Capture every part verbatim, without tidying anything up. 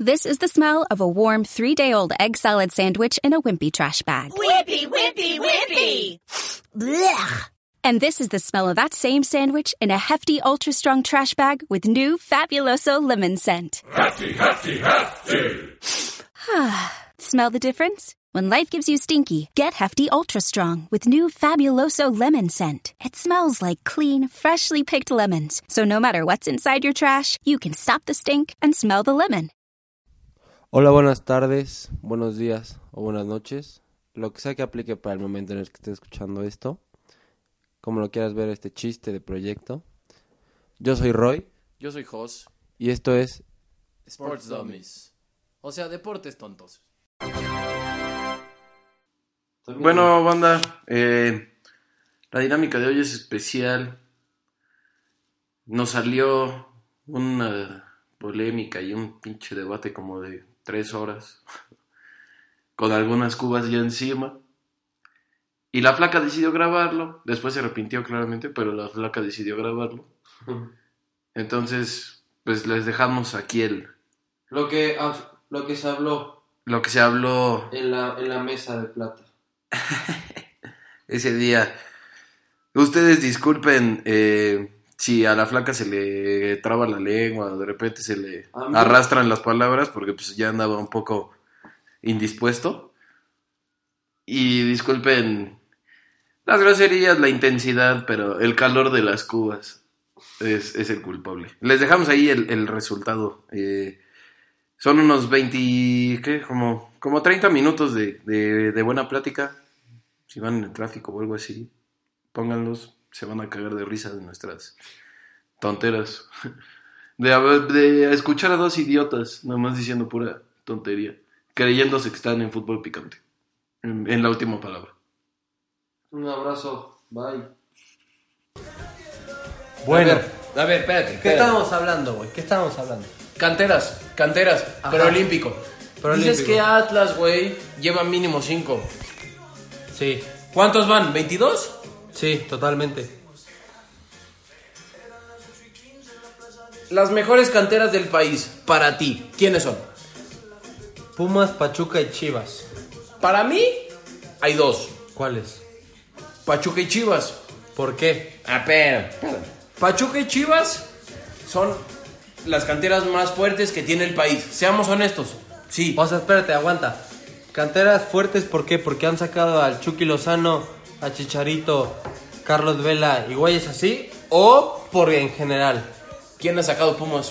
This is the smell of a warm three-day-old egg salad sandwich in a wimpy trash bag. Wimpy, wimpy, wimpy! Blech! And this is the smell of that same sandwich in a hefty, ultra-strong trash bag with new Fabuloso lemon scent. Hefty, hefty, hefty! Smell the difference? When life gives you stinky, get Hefty Ultra Strong with new Fabuloso lemon scent. It smells like clean, freshly picked lemons. So no matter what's inside your trash, you can stop the stink and smell the lemon. Hola, buenas tardes, buenos días o buenas noches. Lo que sea que aplique para el momento en el que estés escuchando esto. Como lo quieras ver, este chiste de proyecto. Yo soy Roy. Yo soy Jos. Y esto es Sports Dummies. O sea, deportes tontos. Bueno, banda, eh, la dinámica de hoy es especial. Nos salió una polémica y un pinche debate como de tres horas, con algunas cubas ya encima. Y la flaca decidió grabarlo. Después se arrepintió claramente, pero la flaca decidió grabarlo. Entonces, pues les dejamos aquí el... Lo que, lo que se habló. Lo que se habló... En la, en la mesa de plata. Ese día. Ustedes disculpen eh, si a la flaca se le traba la lengua o de repente se le arrastran las palabras porque pues ya andaba un poco indispuesto. Y disculpen las groserías, la intensidad, pero el calor de las cubas es, es el culpable. Les dejamos ahí el, el resultado. Eh, son unos veinte, ¿qué? Como, como treinta minutos de, de, de buena plática. Si van en el tráfico o algo así, pónganlos, se van a cagar de risa de nuestras tonteras. De, de escuchar a dos idiotas, nada más diciendo pura tontería, creyéndose que están en fútbol picante. En, en la última palabra. Un abrazo, bye. Bueno, a ver, a ver espérate. ¿Qué espérate. estábamos hablando, güey? ¿Qué estábamos hablando? Canteras, canteras, Ajá. preolímpico. Preolímpico. Dices que Atlas, güey, lleva mínimo cinco. Sí, ¿Cuántos van? ¿veintidós? sí, totalmente. Las mejores canteras del país, para ti, ¿quiénes son? Pumas, Pachuca y Chivas. Para mí, hay dos. ¿Cuáles? Pachuca y Chivas. ¿Por qué? Ah, espera, espera. Pachuca y Chivas son las canteras más fuertes que tiene el país. Seamos honestos. Sí. O sea, espérate, aguanta. Canteras fuertes, ¿por qué? Porque han sacado al Chucky Lozano, a Chicharito, Carlos Vela y güeyes así. ¿O por en general? ¿Quién ha sacado Pumas?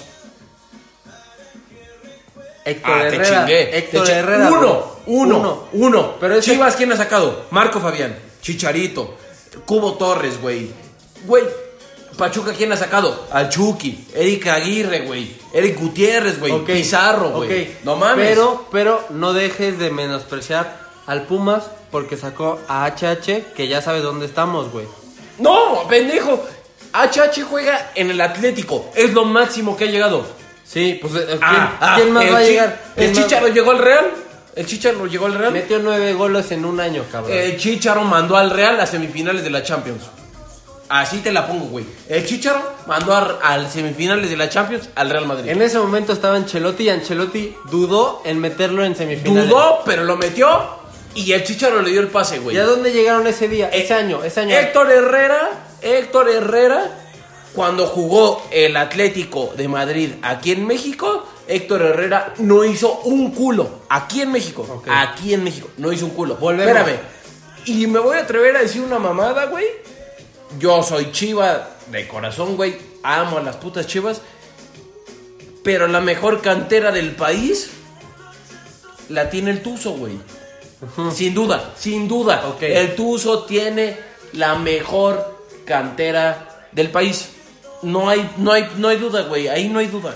Héctor Ah, te Herrera. chingué. Héctor Te chi- Herrera. Uno, güey. uno, Uno. uno. Pero ese- Chivas, ¿quién ha sacado? Marco Fabián, Chicharito, Cubo Torres, güey. Güey, Pachuca, ¿quién ha sacado? Al Chucky, Eric Aguirre, güey. Eric Gutiérrez, güey. Ok, Pizarro, güey. ok. No mames. Pero, pero no dejes de menospreciar al Pumas porque sacó a H H, que ya sabes dónde estamos, güey. No, pendejo. H H juega en el Atlético. Es lo máximo que ha llegado. Sí, pues ¿quién, Ah, ah, quién más el va a Chi- llegar? ¿Quién ¿El más- Chicharo llegó al Real? ¿El Chicharo llegó al Real? Metió nueve goles en un año, cabrón. El Chicharo mandó al Real a semifinales de la Champions. Así te la pongo, güey. El Chicharo mandó a, a semifinales de la Champions al Real Madrid. En ese momento estaba Ancelotti y Ancelotti dudó en meterlo en semifinales. Dudó, pero lo metió y el Chicharo le dio el pase, güey. ¿Y a dónde llegaron ese día? Ese año, ese año. Héctor Herrera, Héctor Herrera, cuando jugó el Atlético de Madrid aquí en México, Héctor Herrera no hizo un culo. Aquí en México. Ok. Aquí en México. No hizo un culo. Volvemos. Espérame. Y me voy a atrever a decir una mamada, güey. Yo soy chiva de corazón, güey. Amo a las putas chivas. Pero la mejor cantera del país la tiene el Tuzo, güey. Sin duda, sin duda. Ok. El Tuzo tiene la mejor cantera del país. No hay, no hay, no hay duda, güey. Ahí no hay duda.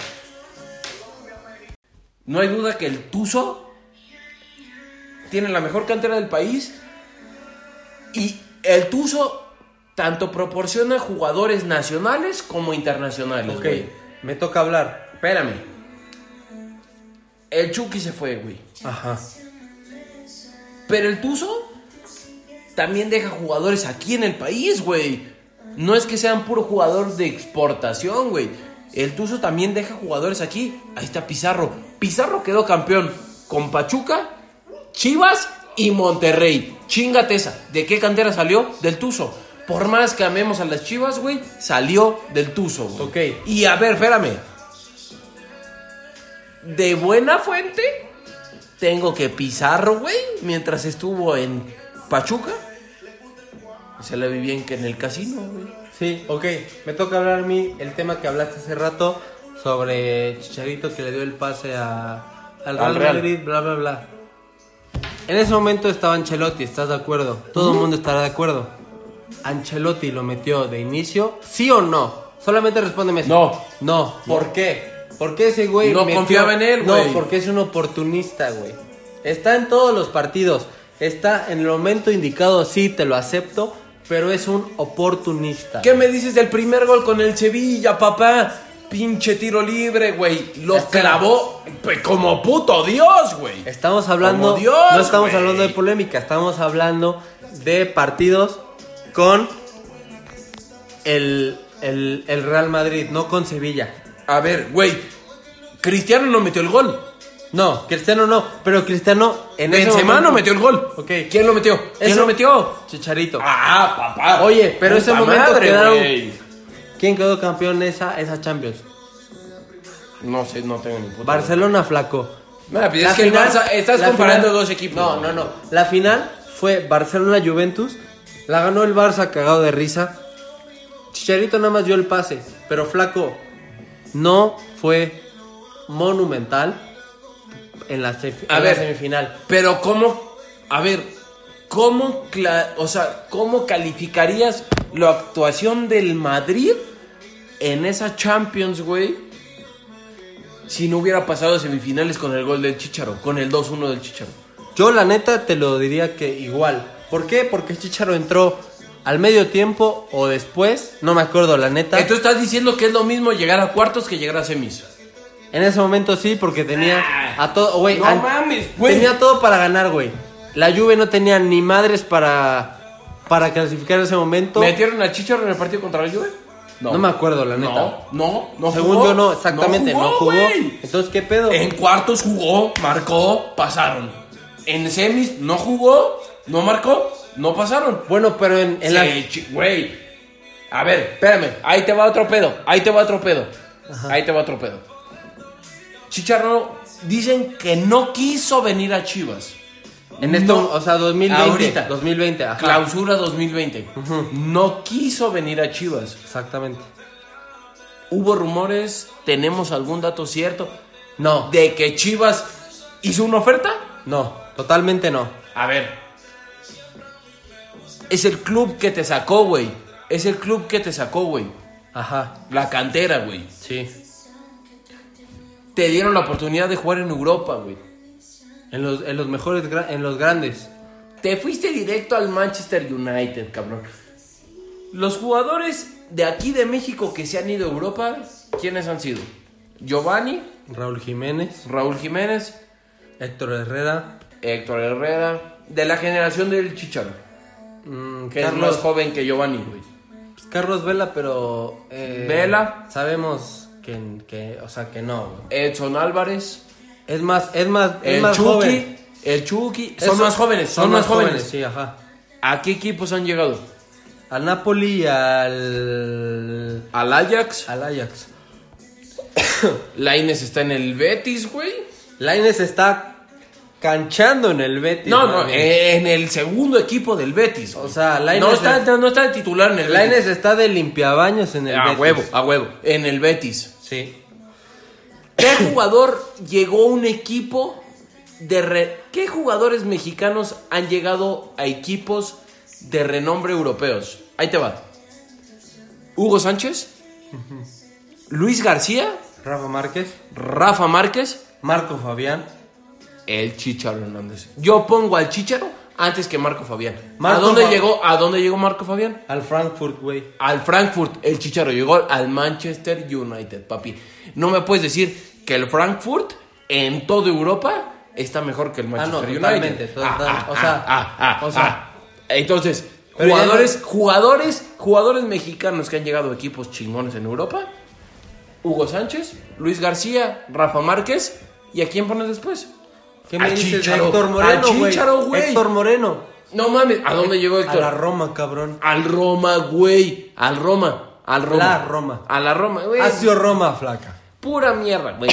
No hay duda que el Tuzo tiene la mejor cantera del país. Y el Tuzo tanto proporciona jugadores nacionales como internacionales, Ok, güey. me toca hablar. Espérame. El Chucky se fue, güey. Ajá. Pero el Tuzo también deja jugadores aquí en el país, güey. No es que sean puro jugador de exportación, güey. El Tuzo también deja jugadores aquí. Ahí está Pizarro. Pizarro quedó campeón con Pachuca, Chivas y Monterrey. Chíngate esa. ¿De qué cantera salió? Del Tuzo. Por más que amemos a las Chivas, güey, salió del Tuzo, güey. Ok. Y a ver, espérame. De buena fuente, tengo que Pizarro, güey, mientras estuvo en Pachuca, se le vi bien que en el casino, güey. Sí, ok. Me toca hablar a mí el tema que hablaste hace rato sobre Chicharito que le dio el pase a, al Real, Al Real. Madrid, bla, bla, bla. En ese momento estaba Ancelotti, ¿estás de acuerdo? Todo el mundo estará de acuerdo. ¿Ancelotti lo metió de inicio? ¿Sí o no? Solamente respóndeme eso. No. No. ¿Por qué? Porque ese güey No confiaba en él, güey. No, porque es un oportunista, güey. Está en todos los partidos. Está en el momento indicado, sí, te lo acepto. Pero es un oportunista. ¿Qué me dices del primer gol con el Sevilla, papá? Pinche tiro libre, güey. Lo Espera. clavó pues, como puto Dios, güey. Estamos hablando, Como Dios, no estamos güey. hablando de polémica, estamos hablando de partidos con el, el, el Real Madrid, no con Sevilla. A ver, güey. Cristiano no metió el gol. No, Cristiano no, pero Cristiano en ese Benzema momento no metió el gol. Ok. ¿Quién lo metió? ¿Quién Eso- lo metió? Chicharito. Ah, papá. Oye, pero Puta ese momento madre, quedaron- güey. ¿Quién quedó campeón esa, esa Champions? No sé, no tengo ni puta. Barcelona, flaco. Mira, pues La es que el final- Barça, estás la comparando final- dos equipos. No, no, no. La final fue Barcelona-Juventus. La ganó el Barça cagado de risa. Chicharito nada más dio el pase. Pero flaco, no fue monumental en la, sef- A en ver. la semifinal. Pero cómo, a ver, cómo, cla- o sea, cómo calificarías la actuación del Madrid en esa Champions, güey, si no hubiera pasado a semifinales con el gol del Chícharo, con el dos uno del Chícharo? Yo la neta te lo diría que igual. ¿Por qué? Porque Chicharo entró al medio tiempo o después. No me acuerdo la neta. Entonces estás diciendo que es lo mismo llegar a cuartos que llegar a semis. En ese momento sí, porque tenía a todo, güey. No an- mames, güey. Tenía todo para ganar, güey. La Juve no tenía ni madres para para clasificar en ese momento. ¿Metieron al Chícharo en el partido contra la Juve? No. me acuerdo, la neta. No, no, no Según jugó. yo no, exactamente, no jugó. güey. Entonces, ¿qué pedo? En cuartos jugó, marcó, pasaron. En semis no jugó, no marcó, no pasaron. Bueno, pero en, en Sí, la... chi- güey. A ver, espérame. Ahí te va otro pedo. Ahí te va otro pedo. Ahí te va otro pedo. Chicharro, dicen que no quiso venir a Chivas. En esto, No. o sea, dos mil veinte. Ahorita. dos mil veinte, ajá. Clausura dos mil veinte. No quiso venir a Chivas. Exactamente. Hubo rumores, tenemos algún dato cierto No, de que Chivas hizo una oferta. no, totalmente no. A ver. Es el club que te sacó, güey. Es el club que te sacó, güey. Ajá, La cantera, güey. sí. Te dieron la oportunidad de jugar en Europa, güey. En los, en los mejores, gra- en los grandes. Te fuiste directo al Manchester United, cabrón. Los jugadores de aquí de México que se han ido a Europa, ¿quiénes han sido? Giovanni, Raúl Jiménez, Raúl Jiménez, Héctor Herrera, Héctor Herrera, de la generación del Chícharo, mm, que es Carlos, más joven que Giovanni, güey. pues, Carlos Vela, pero... eh, Vela. Sabemos que, que, o sea, que no. güey. Edson Álvarez, Es más, es más, es el más Chucky, joven. el Chucky, son Eso- más jóvenes, son, más jóvenes. Sí, ajá. ¿A qué equipos han llegado? Al Napoli y al... Al Ajax. Al Ajax. Lainez está en el Betis, güey. Lainez está canchando en el Betis. No, más no, bien. en el segundo equipo del Betis. O sea, Lainez no está, es- no está de titular en el Lainez Betis. está de limpiabaños en el A Betis. huevo, a huevo. En el Betis. Sí. ¿Qué jugador llegó a un equipo de re- ¿Qué jugadores mexicanos han llegado a equipos de renombre europeos? Ahí te va. Hugo Sánchez, Luis García, Rafa Márquez, Rafa Márquez, Marco Fabián. el Chícharo Hernández. Yo pongo al Chícharo antes que Marco Fabián. Marco ¿A dónde Fa- llegó? ¿A dónde llegó Marco Fabián? Al Frankfurt, güey. Al Frankfurt. El Chícharo llegó al Manchester United, papi. No me puedes decir que el Frankfurt en toda Europa está mejor que el Ah, no, Manchester totalmente, United. total- o sea, ah, ah, o sea. ah. Entonces, Pero ya jugadores, jugadores, jugadores mexicanos que han llegado a equipos chingones en Europa. Hugo Sánchez, Luis García, Rafa Márquez ¿Y a quién pones después? ¿Qué me Al dices de Chícharo, Héctor Moreno, al güey? Chícharo, güey. Héctor Moreno. No mames, ¿a dónde llegó Héctor? No mames, ¿a dónde llegó A Héctor? la Roma, cabrón. Al Roma, güey. Al Roma. Al Roma. La Roma. A la Roma, güey. Ha sido Roma, flaca. Pura mierda, güey.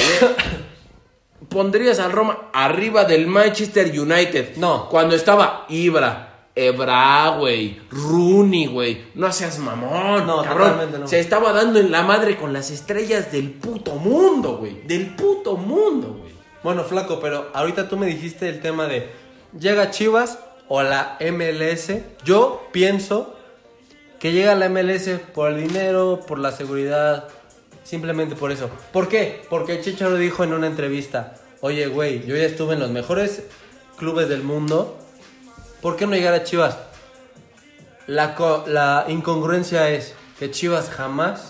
Pondrías al Roma arriba del Manchester United. No. Cuando estaba Ibra, Ebra, güey. Rooney, güey. No seas mamón. No, cabrón. totalmente no. Se estaba dando en la madre con las estrellas del puto mundo, güey. Del puto mundo, güey. Bueno, flaco, pero ahorita tú me dijiste el tema de llega Chivas o la M L S. Yo pienso que llega la M L S por el dinero, por la seguridad, simplemente por eso. ¿Por qué? Porque el Chícharo dijo en una entrevista, oye, güey, yo ya estuve en los mejores clubes del mundo, ¿por qué no llegar a Chivas? La, co- la incongruencia es que Chivas jamás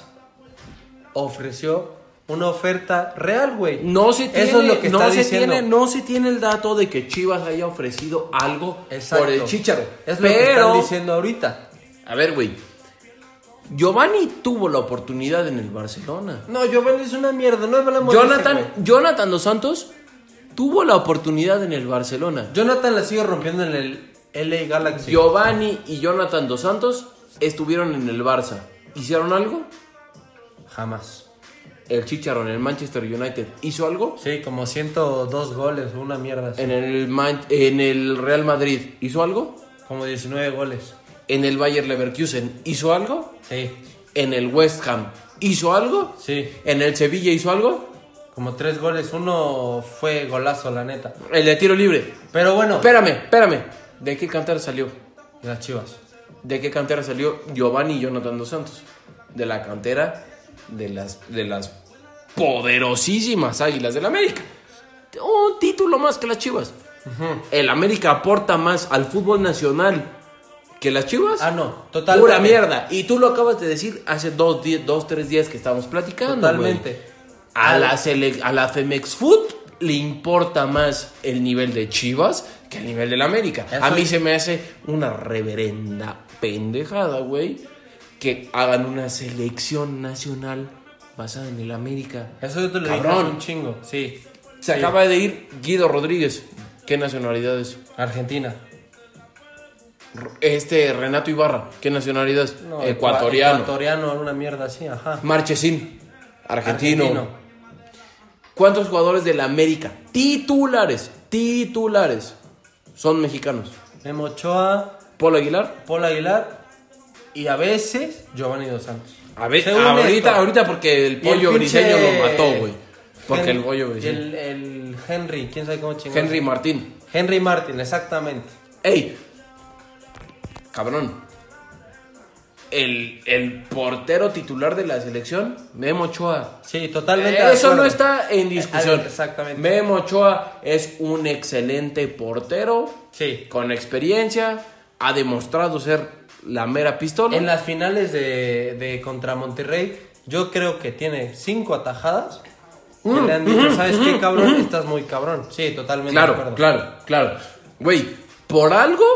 ofreció una oferta real, güey. No se tiene, Eso es lo que no está se diciendo. tiene, no se tiene el dato de que Chivas haya ofrecido algo Exacto. por el Chícharo. Es lo Pero, que están diciendo ahorita. a ver, güey. Giovanni tuvo la oportunidad en el Barcelona. No, Giovanni es una mierda, no hablamos de Jonathan, ese, güey. Jonathan Dos Santos tuvo la oportunidad en el Barcelona. Jonathan la sigue rompiendo en el L A Galaxy. Giovanni y Jonathan Dos Santos estuvieron en el Barça. ¿Hicieron algo? Jamás. El Chícharo en el Manchester United hizo algo. Sí, como ciento dos goles o una mierda así. En el, Man- en el Real Madrid hizo algo. Como diecinueve goles. En el Bayer Leverkusen hizo algo. Sí, En el West Ham hizo algo. sí. En el Sevilla hizo algo. Como tres goles. Uno fue golazo, la neta. El de tiro libre. Pero bueno. Espérame, espérame. ¿De qué cantera salió? Las Chivas. ¿De qué cantera salió Giovanni y Jonathan Dos Santos? De la cantera de las, de las poderosísimas Águilas del América. Un título más que las Chivas. El América aporta más al fútbol nacional que las Chivas. Ah, no, totalmente. Pura mierda. Y tú lo acabas de decir hace dos, di- dos tres días que estábamos platicando. Totalmente. güey. A la, sele- a la Femex Food le importa más el nivel de Chivas que el nivel del América. Eso A mí es- se me hace una reverenda pendejada, güey, que hagan una selección nacional basada en el América. Eso yo te lo dije Cabrón. hace un chingo. Sí. Se Sí. acaba de ir Guido Rodríguez. ¿Qué nacionalidad es? Argentina. Este Renato Ibarra. ¿Qué nacionalidad es? No, Ecuatoriano. Ecuatoriano, una mierda así, ajá. Marchesín. Argentino. Argentino. ¿Cuántos jugadores del América titulares, titulares, son mexicanos? Memo Ochoa, Polo Aguilar. Paul Aguilar y a veces Giovanni Dos Santos. A ver, Según ahorita, esto. ahorita porque el Y el pollo pinche- briseño lo mató, güey. Porque Hen- el pollo y briseño. el, el Henry, quién sabe cómo chingados. Henry Martín. Henry Martin, exactamente. Ey, cabrón. El, el portero titular de la selección, Memo Ochoa. Sí, totalmente. de Eso no acuerdo. está en discusión. Eh, Exactamente. Memo Ochoa es un excelente portero. Sí. Con experiencia. Ha demostrado ser la mera pistola. En las finales de, de contra Monterrey, yo creo que tiene cinco atajadas. Que Mm, le han dicho, ¿sabes qué, cabrón? Estás muy cabrón. Sí, totalmente. de Claro, acuerdo. claro, claro. Güey, por algo,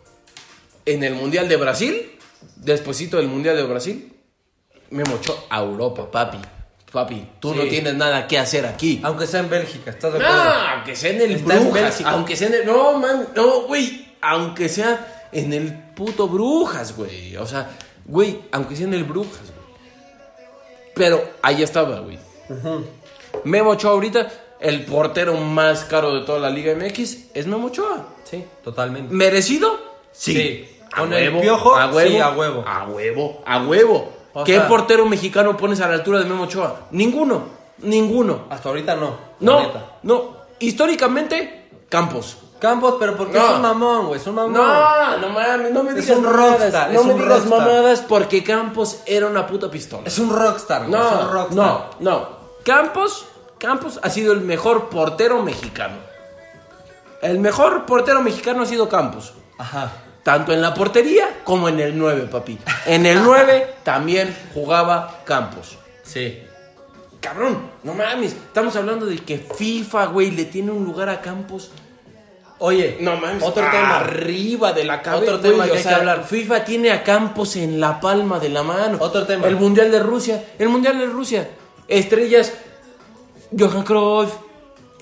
en el Mundial de Brasil, despuesito del Mundial de Brasil, Memo Ochoa a Europa, papi. Papi, tú Sí. no tienes nada que hacer aquí. Aunque sea en Bélgica, ¿estás de acuerdo? No, aunque sea en el Está en Brujas, Bélgica. aunque sea en el... No, man, no, güey, aunque sea en el puto Brujas, güey. O sea, güey, aunque sea en el Brujas, güey. Pero ahí estaba, güey. Memo Ochoa ahorita, el portero más caro de toda la Liga M X, es Memo Ochoa. Sí, totalmente. ¿Merecido? Sí. A Con el huevo, Piojo, a huevo, sí, a huevo. A huevo, a huevo. O ¿Qué sea- portero mexicano pones a la altura de Memo Ochoa? Ninguno, ninguno. Hasta ahorita no. la No, neta. no. Históricamente, Campos. Campos, pero porque No. es un mamón, güey. Es un mamón. No, no mames, no me Es digas un mamadas. rockstar, No es me un digas rockstar. mamadas porque Campos era una puta pistola. Es un rockstar, güey. es un No, rockstar. no, no. Campos, Campos ha sido el mejor portero mexicano. El mejor portero mexicano ha sido Campos. Ajá. Tanto en la portería como en el nueve, papi. En el nueve también jugaba Campos. Sí. Cabrón, no mames. Estamos hablando de que FIFA, güey, le tiene un lugar a Campos. Oye, No mames, otro tema. arriba de la cabeza. Otro tema güey, que o hay sea, que hablar. FIFA tiene a Campos en la palma de la mano. Otro tema. El Mundial de Rusia. El Mundial de Rusia. Estrellas. Johan Cruyff.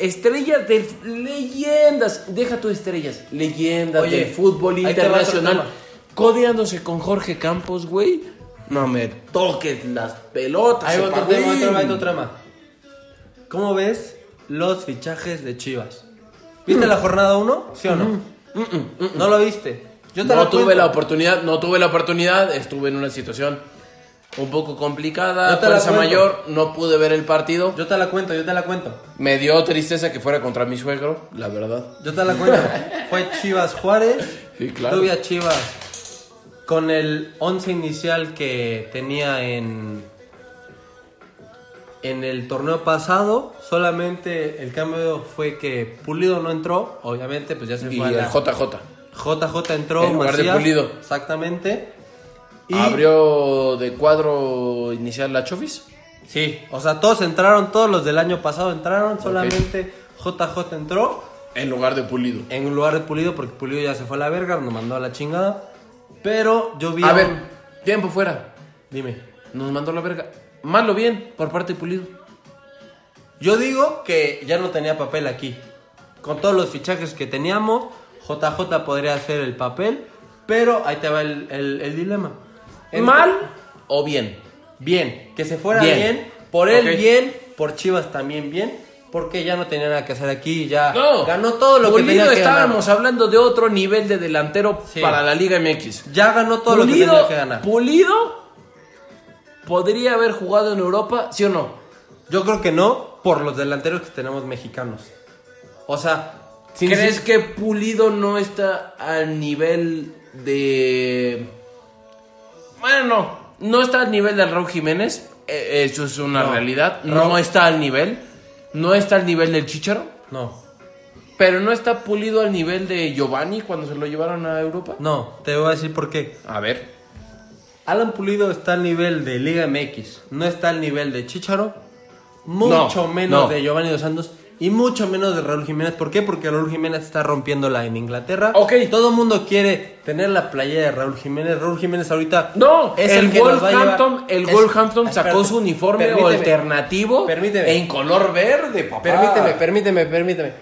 estrellas de leyendas, deja tú estrellas, leyendas Oye, del fútbol ahí te va otro internacional, tema. codeándose con Jorge Campos, güey. No me toques las pelotas. Ahí va otro Epagüín. tema, otro, otro tema. ¿Cómo ves los fichajes de Chivas? ¿Viste la jornada uno? ¿Sí o no? ¿No lo viste? Yo te No lo tuve cuento. la oportunidad, no tuve la oportunidad, estuve en una situación un poco complicada, Yo te la fuerza cuento. mayor, no pude ver el partido. Yo te la cuento, yo te la cuento. Me dio tristeza que fuera contra mi suegro, la verdad. Yo te la cuento. Fue Chivas Juárez. Sí, claro. Tuve a Chivas con el once inicial que tenía en en el torneo pasado. Solamente el cambio fue que Pulido no entró. Obviamente, pues ya se Y fue a el la... J J. J J entró. En lugar de Macías, Pulido. Exactamente. Y Abrió de cuadro inicial la Chofis. sí, o sea, todos entraron, todos los del año pasado entraron. Solamente J J entró En lugar de Pulido. en lugar de Pulido, porque Pulido ya se fue a la verga, nos mandó a la chingada. Pero yo vi A a ver, un- tiempo fuera. Dime. Nos mandó la verga. Mal o bien, por parte de Pulido. Yo digo que ya no tenía papel aquí. Con todos los fichajes que teníamos, J J podría hacer el papel, pero ahí te va el, el- el dilema. Ent- ¿Mal o bien? Bien, que se fuera Bien. bien, por él Ok. bien, por Chivas también bien, porque ya no tenía nada que hacer aquí, ya No, ganó todo lo que Pulido tenía que estábamos ganar. hablando de otro nivel de delantero Sí. para la Liga M X. Ya ganó todo lo que tenía que ganar. Pulido podría haber jugado en Europa, ¿sí o no? Yo creo que no, por los delanteros que tenemos mexicanos. O sea, sin ¿Crees decir- que Pulido no está al nivel de... Bueno, no, no está al nivel de Raúl Jiménez, eh, eso es una No. realidad, no Raúl- está al nivel, no está al nivel del Chícharo, No, pero no está Pulido al nivel de Giovanni cuando se lo llevaron a Europa? no, te voy a decir por qué. A ver. Alan Pulido está al nivel de Liga M X, no está al nivel de Chícharo, mucho No, menos no. de Giovanni Dos Santos y mucho menos de Raúl Jiménez. ¿Por qué? Porque Raúl Jiménez está rompiéndola en Inglaterra. Ok. Todo el mundo quiere tener la playera de Raúl Jiménez. Raúl Jiménez ahorita No, es el, el, que nos va a Wolverhampton, llevar- el es- Wolverhampton sacó Espérate, su uniforme permíteme, alternativo Permíteme. en color verde, papá. Permíteme, permíteme, permíteme.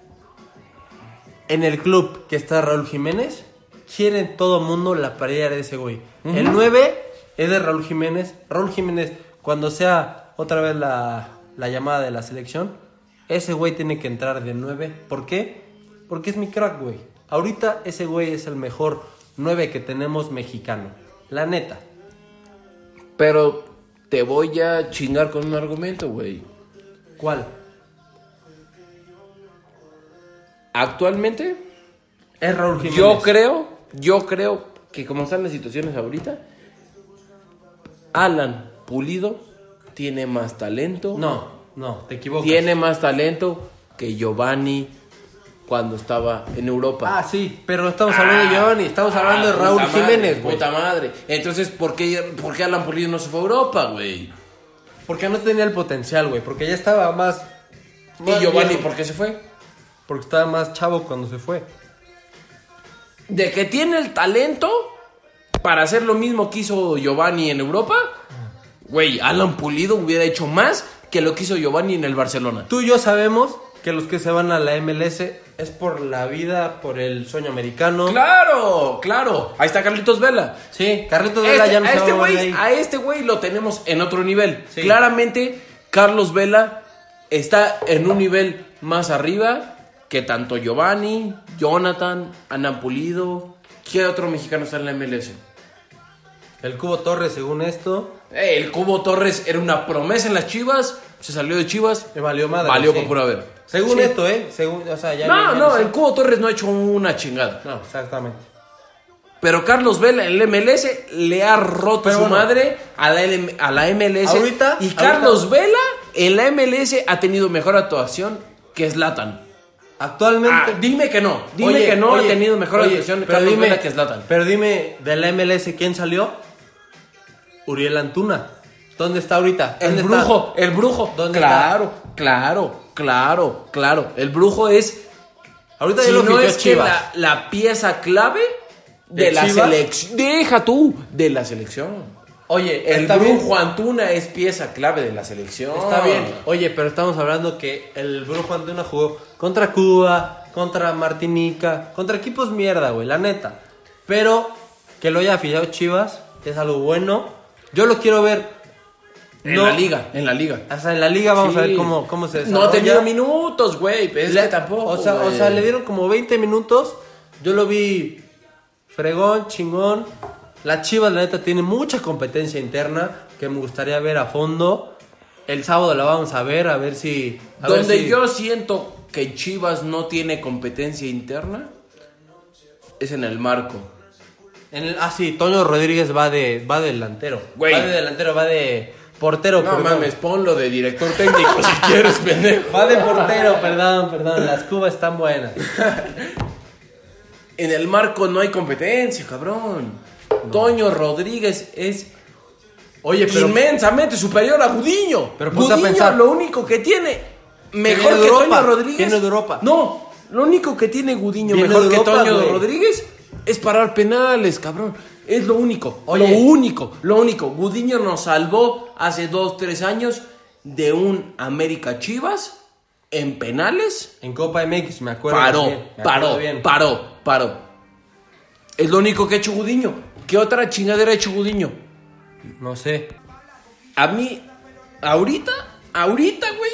En el club que está Raúl Jiménez, quieren todo mundo la playera de ese güey. El nueve es de Raúl Jiménez. Raúl Jiménez, cuando sea otra vez la, la llamada de la selección, ese güey tiene que entrar de nueve. ¿Por qué? Porque es mi crack, güey. Ahorita ese güey es el mejor nueve que tenemos mexicano. La neta. Pero te voy a chingar con un argumento, güey. ¿Cuál? Actualmente, Es Raúl Jiménez. yo creo, yo creo que como están las situaciones ahorita, Alan Pulido tiene más talento. No, no, te equivocas. Tiene más talento que Giovanni cuando estaba en Europa. Ah, sí, pero estamos hablando de Giovanni, estamos hablando de Ah, Raúl puta madre, Jiménez, güey. Puta madre. Entonces, ¿por qué, ¿por qué Alan Pulido no se fue a Europa, güey? Porque no tenía el potencial, güey. Porque ya estaba más. ¿Y más Giovanni viejo. por qué se fue? Porque estaba más chavo cuando se fue. De que tiene el talento para hacer lo mismo que hizo Giovanni en Europa. Güey, Alan Pulido hubiera hecho más que lo que hizo Giovanni en el Barcelona. Tú y yo sabemos que los que se van a la M L S es por la vida, por el sueño americano. Claro, claro. Ahí está Carlitos Vela. Sí, Carlitos Vela Este- ya no a se este va a mover güey, ahí. a este güey lo tenemos en otro nivel. Sí. Claramente, Carlos Vela está en un nivel más arriba que tanto Giovanni, Jonathan, Alan Pulido. ¿Qué otro mexicano está en la M L S? El Cubo Torres, según esto, Eh, el Cubo Torres era una promesa en las Chivas, se salió de Chivas, me valió madre. valió sí. por pura ver. Según Sí. esto, ¿eh? Según, o sea, ya No, ya no, sé. el Cubo Torres no ha hecho una chingada. No, exactamente. Pero Carlos Vela en el M L S le ha roto Pero su bueno. madre a la, L- a la M L S. Ahorita- y ahorita- Carlos Vela en la M L S ha tenido mejor actuación que Zlatan. Actualmente. Ah, dime que no. Dime Oye, que no oye, ha tenido mejor oye, actuación pero Carlos dime- Vela que Zlatan. Pero dime, de la M L S, ¿quién salió? Uriel Antuna. ¿Dónde está ahorita? El ¿Dónde brujo, está? el brujo. ¿Dónde claro, claro, claro, claro. El brujo es. Ahorita Si ya lo no fichó es que Chivas. la, la pieza clave de, ¿De la Chivas? selección. Deja tú, de la selección. Oye, El está bien. Brujo Antuna es pieza clave de la selección. Está bien. Oye, pero estamos hablando que el Brujo Antuna jugó contra Cuba, contra Martinica, contra equipos mierda, güey, la neta. Pero que lo haya afiliado Chivas es algo bueno. Yo lo quiero ver. En No- la liga, en la liga. Hasta en la liga vamos Sí. a ver cómo, cómo se No desarrolla. ha tenido minutos, güey. Pero es Le- que tampoco. O sea, o güey. sea, le dieron como veinte minutos. Yo lo vi fregón, chingón. La Chivas, la neta, tiene mucha competencia interna que me gustaría ver a fondo. El sábado la vamos a ver, a ver si... A ver Donde si- yo siento que Chivas no tiene competencia interna es en el marco. En el- ah, sí, Toño Rodríguez va de, va de delantero. Güey. Va de delantero, va de portero. No perdón. mames, ponlo de director técnico si quieres, pendejo. Va de portero, perdón, perdón. Las cubas están buenas. En el marco no hay competencia, cabrón. Toño Rodríguez es Oye, pero... inmensamente superior a Gudiño. Pero ponte a Gudiño pensar. lo único que tiene mejor viene de que Europa, Toño Rodríguez. viene de Europa. No, lo único que tiene Gudiño Viene mejor de que Europa, Toño güey. Rodríguez es parar penales, cabrón. Es lo único, Oye. lo único, lo único. Gudiño nos salvó hace dos, tres años de un América Chivas en penales. En Copa M X, me acuerdo Paró, bien, me acuerdo paró, bien. paró, paró. Es lo único que ha hecho Gudiño. ¿Qué otra chingadera ha hecho Gudiño? No sé. A mí, ahorita, ahorita, güey,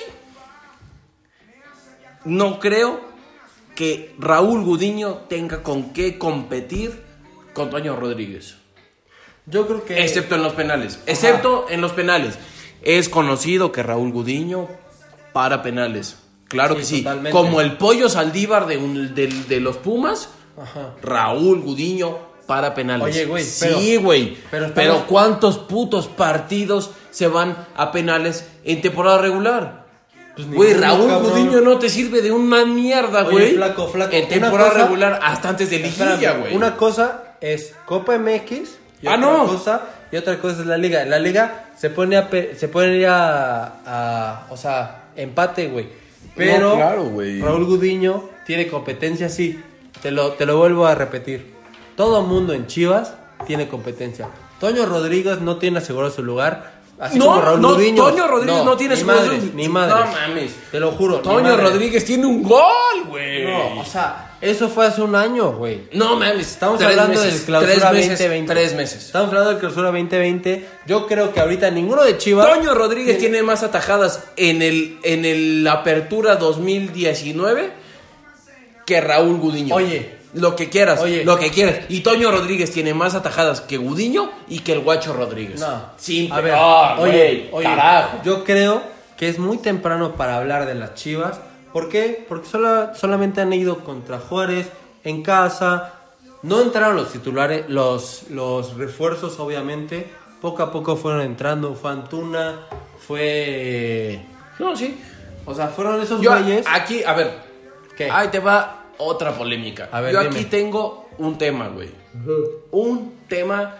no creo que Raúl Gudiño tenga con qué competir con Toño Rodríguez. Yo creo que... Excepto en los penales. Excepto en los penales. Es conocido que Raúl Gudiño para penales. Claro Sí, que sí. totalmente. Como el pollo Saldívar de, un- de, de los Pumas, Ajá. Raúl Gudiño para penales. Oye, güey, pero- Sí, güey. pero Pero, estamos- ¿cuántos putos partidos se van a penales en temporada regular? Pues Güey, ninguno, Raúl cabrón. Gudiño no te sirve de una mierda, Oye, güey. flaco, flaco, En una temporada cosa- regular hasta antes de liguilla, Espérame, güey. una cosa es Copa M X y Ah, otra no. cosa y otra cosa es la liga. En la liga se pone a pe- se pone ir a, a- o sea, empate, güey. Pero No, claro, güey. Raúl Gudiño tiene competencia, sí. Te lo te lo vuelvo a repetir. Todo mundo en Chivas tiene competencia. Toño Rodríguez no tiene asegurado su lugar. Así No, como Raúl no, Gudiño. Toño Rodríguez no tiene ni asegurado madres, su- ni madres. No mames. Te lo juro. ni Toño madres. Rodríguez tiene un gol, güey. No, o sea, eso fue hace un año, güey. No mames. Estamos tres hablando meses, del clausura tres meses, veinte veinte. Tres meses. Estamos hablando del clausura veinte veinte. Yo creo que ahorita ninguno de Chivas. Toño Rodríguez tiene más atajadas en el en el Apertura dos mil diecinueve que Raúl Gudiño. Oye. Lo que quieras, Oye. lo que quieras. Y Toño Rodríguez tiene más atajadas que Gudiño y que el Guacho Rodríguez. No. Simple. A ver, Ah, oye, güey, oye, carajo. yo creo que es muy temprano para hablar de las Chivas. ¿Por qué? Porque sola- solamente han ido contra Juárez en casa. No entraron los titulares, los, los refuerzos, obviamente. Poco a poco fueron entrando. Fue Antuna, fue. No, sí. O sea, fueron esos Yo güeyes. aquí, a ver. ¿Qué? Ahí te va otra polémica. A ver, Yo dime. aquí tengo un tema, güey. Un tema.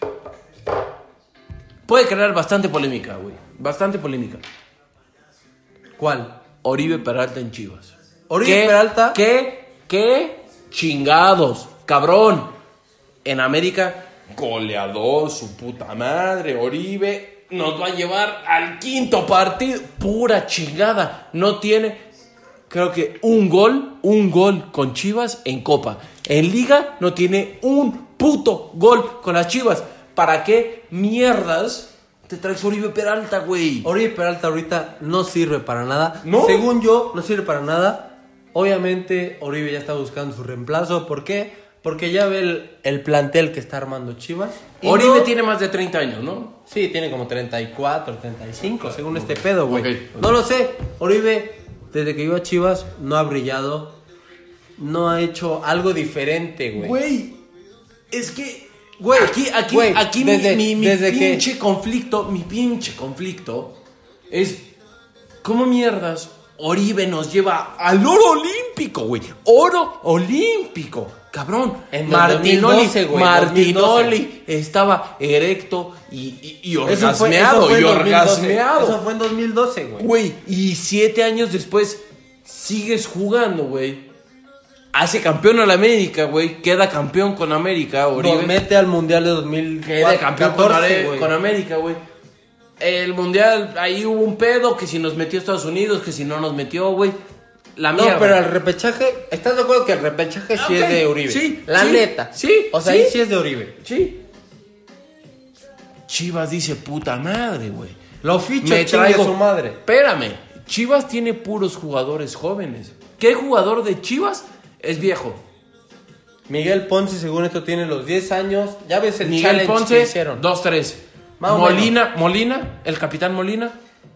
Puede crear bastante polémica, güey. Bastante polémica. ¿Cuál? Oribe Peralta en Chivas. Oribe ¿Qué- Peralta. ¿Qué? ¿Qué? Chingados. Cabrón. En América, goleador, su puta madre. Oribe nos va a llevar al quinto partido. Pura chingada. No tiene, creo que un gol, un gol con Chivas en Copa. En Liga no tiene un puto gol con las Chivas. ¿Para qué mierdas te traes Oribe Peralta, güey? Oribe Peralta ahorita no sirve para nada. ¿No? Según yo, no sirve para nada. Obviamente, Oribe ya está buscando su reemplazo. ¿Por qué? Porque ya ve el, el plantel que está armando Chivas. Y Oribe no- tiene más de treinta años, ¿no? Sí, tiene como treinta y cuatro, treinta y cinco, según este pedo, güey. Ok, ok. No lo sé. Oribe, desde que iba a Chivas, no ha brillado. No ha hecho algo diferente, güey. Güey, es que, Güey, aquí, aquí, güey, aquí desde- mi, mi, mi desde que- pinche conflicto, mi pinche conflicto es, ¿cómo mierdas Oribe nos lleva al oro olímpico, güey? Oro olímpico, cabrón. En el Martinoli, dos mil doce, güey, Martinoli estaba erecto y, y, y Eso fue- eso orgasmeado, fue en y dos mil doce. orgasmeado. Eso fue en dos mil doce, güey. Güey, y siete años después sigues jugando, güey. hace campeón al América, güey. Queda campeón con América, Oribe. Nos mete al Mundial de dos mil Queda campeón con, catorce, Ale- güey. con América, güey. El Mundial, ahí hubo un pedo, que si nos metió Estados Unidos, que si no nos metió, güey. La No, mierda. pero el repechaje, ¿estás de acuerdo que el repechaje sí Ok, es de Uribe? sí, La sí, neta. sí, O sea, sí. ahí sí es de Uribe. Sí. Chivas dice puta madre, güey. Lo ficho, Me chingue traigo su madre. Espérame. Chivas tiene puros jugadores jóvenes. ¿Qué jugador de Chivas es viejo? Miguel Ponce, según esto, tiene los diez años. Ya ves el Miguel challenge que Ponce, hicieron. dos tres. Más o Molina, Molina, el capitán Molina.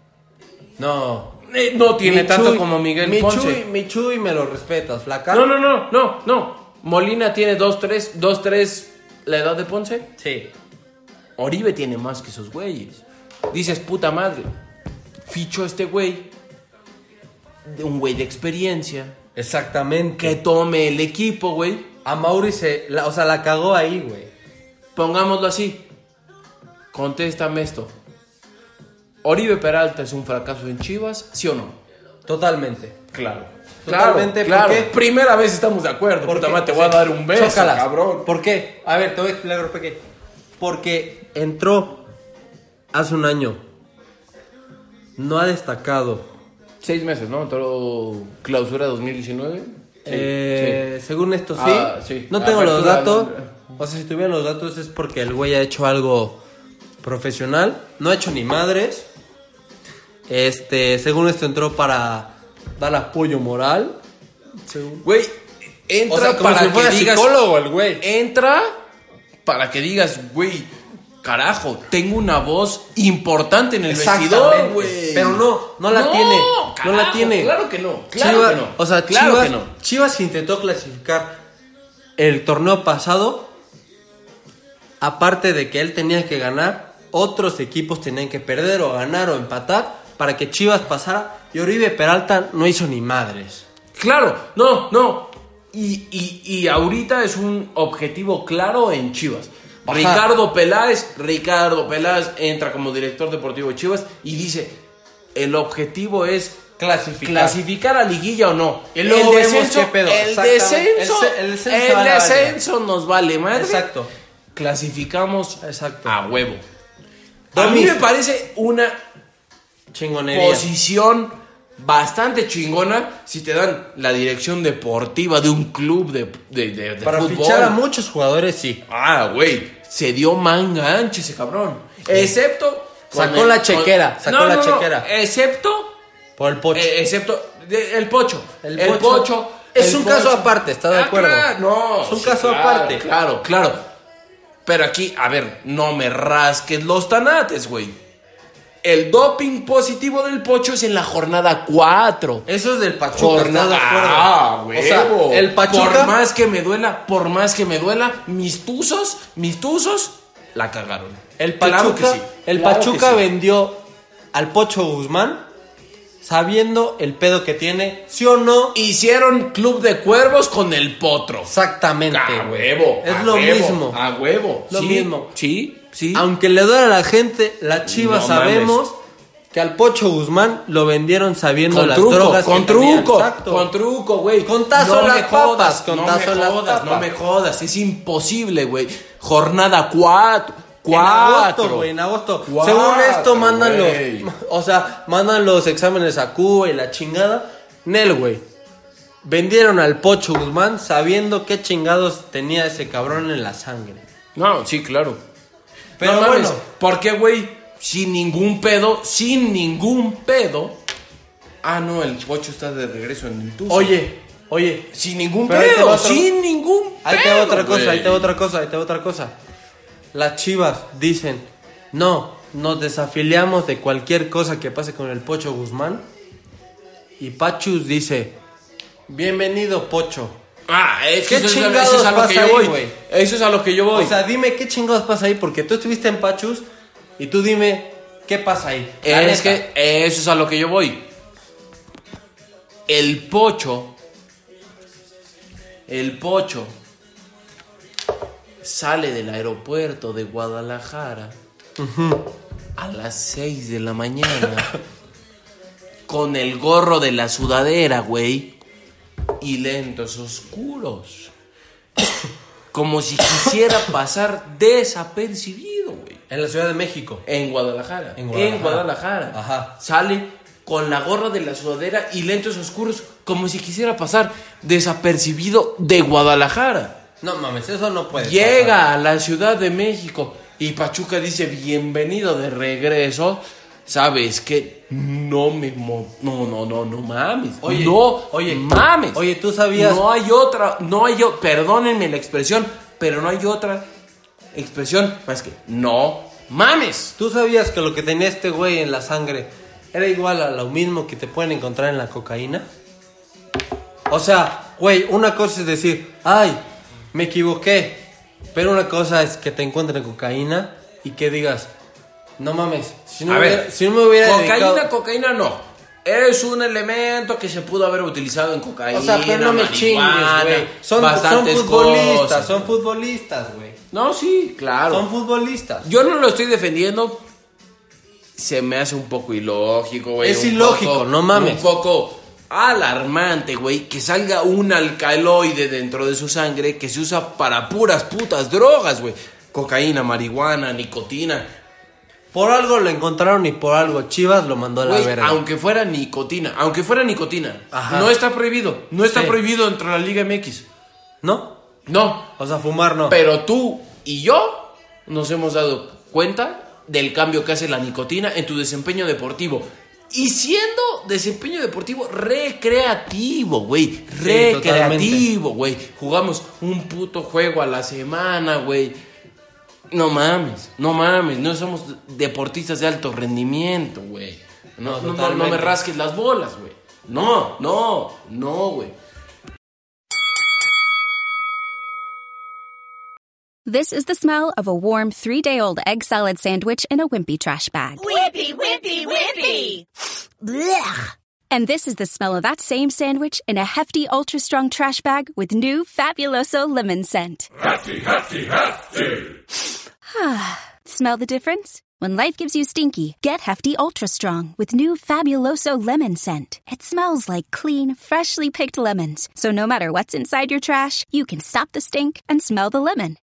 No. Eh, no tiene Mi tanto Chuy- como Miguel mi Ponce. Chuy, mi Chuy me lo respetas, flaca. No, no, no, no, no. Molina tiene dos tres, dos tres la edad de Ponce. Sí. Oribe tiene más que esos güeyes. Dices, puta madre. Ficho a este güey. De un güey de experiencia. Exactamente. Que tome el equipo, güey. A Mauri se... la- o sea, la cagó ahí, güey. Pongámoslo así. Contéstame esto. ¿Oribe Peralta es un fracaso en Chivas? ¿Sí o no? Totalmente. Claro. Totalmente, ¿por claro. qué? Primera vez estamos de acuerdo. ¿Por Puta qué? madre, te O voy a sea, dar un beso, chócalas. cabrón. ¿Por qué? A ver, te voy a explicar por qué. Porque entró hace un año. No ha destacado. Seis meses, ¿no? Todo clausura dos mil diecinueve. Eh, Según esto sí. Ah, sí. No tengo los Apertura, datos. no. O sea, si tuviera los datos es porque el güey ha hecho algo profesional. No ha hecho ni madres. Este, según esto entró para dar apoyo moral. Según- Güey, entra O sea, como para si fuera que digas, psicólogo el güey. Entra para que digas, güey, carajo, tengo una voz importante en el vestidor, Exactamente. güey. Pero no, no la tiene. No la carajo, tiene. Claro que no. Claro Chivas- que no. O sea, claro Chivas, que no. Chivas intentó clasificar el torneo pasado. Aparte de que él tenía que ganar, otros equipos tenían que perder o ganar o empatar para que Chivas pasara. Y Oribe Peralta no hizo ni madres. Claro, no, no. Y, y, y ahorita es un objetivo claro en Chivas. Ajá. Ricardo Peláez, Ricardo Peláez entra como director deportivo de Chivas y dice, el objetivo es Clasificar. clasificar a liguilla o no. Y luego el vemos descenso, qué pedo. el Exactamente. descenso, El se- el el descenso se va a la descenso nos vale madre. Exacto. Clasificamos Exacto. a huevo. A mí Domis. me parece una Chingonería. posición bastante chingona si te dan la dirección deportiva de un club de, de, de- de Para fútbol. fichar a muchos jugadores, sí. Ah, güey, se dio manga ancha ese cabrón. Excepto... con Sacó la chequera, sacó la chequera. Excepto... Por el pocho. eh, excepto de- el pocho. El El, Pocho. pocho. Es el un pocho. caso aparte, ¿estás de Ah, acuerdo? claro, no. Es un sí, caso claro, aparte. Claro, claro. Pero aquí, a ver, no me rasques los tanates, güey. El doping positivo del pocho es en la jornada cuatro. Eso es del Pachuca. Jornada, ¿estás de acuerdo? ah, O sea, huevo. el Pachuca. Por más que me duela, por más que me duela, mis tuzos, mis tuzos, la cagaron. El Pachuca, Claro que sí, el claro Pachuca que sí. vendió al Pocho Guzmán sabiendo el pedo que tiene, ¿sí o no? Hicieron club de cuervos con el potro. Exactamente, A güey. huevo. Es a lo huevo, mismo. A huevo. Lo Sí, mismo. Sí, sí. Aunque le duele a la gente, la Chivas No sabemos que al Pocho Guzmán lo vendieron sabiendo Con las truco, drogas con que tenía. truco, Exacto. con truco, güey. Con tazo en me las jodas, papas, con no tazo me en las jodas, papas. no me jodas, es imposible, güey. Jornada cuatro. En Cuatro. agosto, güey, en agosto. Cuatro, Según esto mandan güey. los, o sea, mandan los exámenes a Cuba y la chingada. Nel, güey. Vendieron al Pocho Guzmán sabiendo qué chingados tenía ese cabrón en la sangre. No, sí, claro. Pero No mames, bueno. ¿por qué, güey? Sin ningún pedo, sin ningún pedo. Ah, no, el pocho está de regreso en el tuzo. Oye, oye. sin ningún pero ahí te pedo, va otro- sin ningún pedo. Ahí te va otra cosa, güey. ahí te va otra cosa, ahí te va otra cosa. Las Chivas dicen, no, nos desafiliamos de cualquier cosa que pase con el Pocho Guzmán. Y Pachus dice, bienvenido Pocho. Ah, es ¿Qué que eso, es a- chingados eso es a lo pasa que yo ahí, voy. güey? Eso es a lo que yo voy. O sea, dime qué chingados pasa ahí, porque tú estuviste en Pachus y tú dime qué pasa ahí. La es neta. que eso es a lo que yo voy. El pocho. El pocho. Sale del aeropuerto de Guadalajara. A las seis de la mañana. Con el gorro de la sudadera, güey. y lentes oscuros. Como si quisiera pasar desapercibido, güey. En la Ciudad de México. En Guadalajara. En Guadalajara. En Guadalajara. Ajá. Sale con la gorra de la sudadera y lentes oscuros, como si quisiera pasar desapercibido de Guadalajara. No mames, eso no puede Llega pasar. a la Ciudad de México y Pachuca dice, bienvenido de regreso. ¿Sabes qué? No me... Mo- no, no, no, no mames. Oye, no oye, mames. oye, ¿tú sabías? No hay otra, no hay otra, perdónenme la expresión, pero no hay otra expresión más que no mames. ¿Tú sabías que lo que tenía este güey en la sangre era igual a lo mismo que te pueden encontrar en la cocaína? O sea, güey, una cosa es decir, ay, me equivoqué. Pero una cosa es que te encuentren cocaína y que digas, no mames, si no, A me, ver, hubiera, si no me hubiera cocaína, dedicado... cocaína no. Es un elemento que se pudo haber utilizado en cocaína. O sea, pero no me marihuana, chingues, güey. Son, son bastantes futbolistas, cosas. son futbolistas, güey. No, sí, claro. Son futbolistas. Yo no lo estoy defendiendo. Se me hace un poco ilógico, güey. Es un ilógico, poco- no mames. Un poco alarmante, güey, que salga un alcaloide dentro de su sangre que se usa para puras putas drogas, güey. Cocaína, marihuana, nicotina. Por algo lo encontraron y por algo Chivas lo mandó a la Güey, verga. aunque fuera nicotina, aunque fuera nicotina, Ajá. no está prohibido. No está Sí. prohibido dentro de la Liga M X. ¿No? No. O sea, fumar no. Pero tú y yo nos hemos dado cuenta del cambio que hace la nicotina en tu desempeño deportivo. Y siendo desempeño deportivo recreativo, güey. Recreativo, güey. Jugamos un puto juego a la semana, güey. No mames, no mames. No somos deportistas de alto rendimiento, güey. No, No, no, no, no totalmente. me rasques las bolas, güey. No, no, no, güey. This is the smell of a warm three-day-old egg salad sandwich in a wimpy trash bag. Wimpy, wimpy, wimpy. Blech. And this is the smell of that same sandwich in a hefty, ultra-strong trash bag with new Fabuloso lemon scent. Hefty, hefty, hefty. Smell the difference? When life gives you stinky, get Hefty Ultra Strong with new Fabuloso lemon scent. It smells like clean, freshly picked lemons. So no matter what's inside your trash, you can stop the stink and smell the lemon.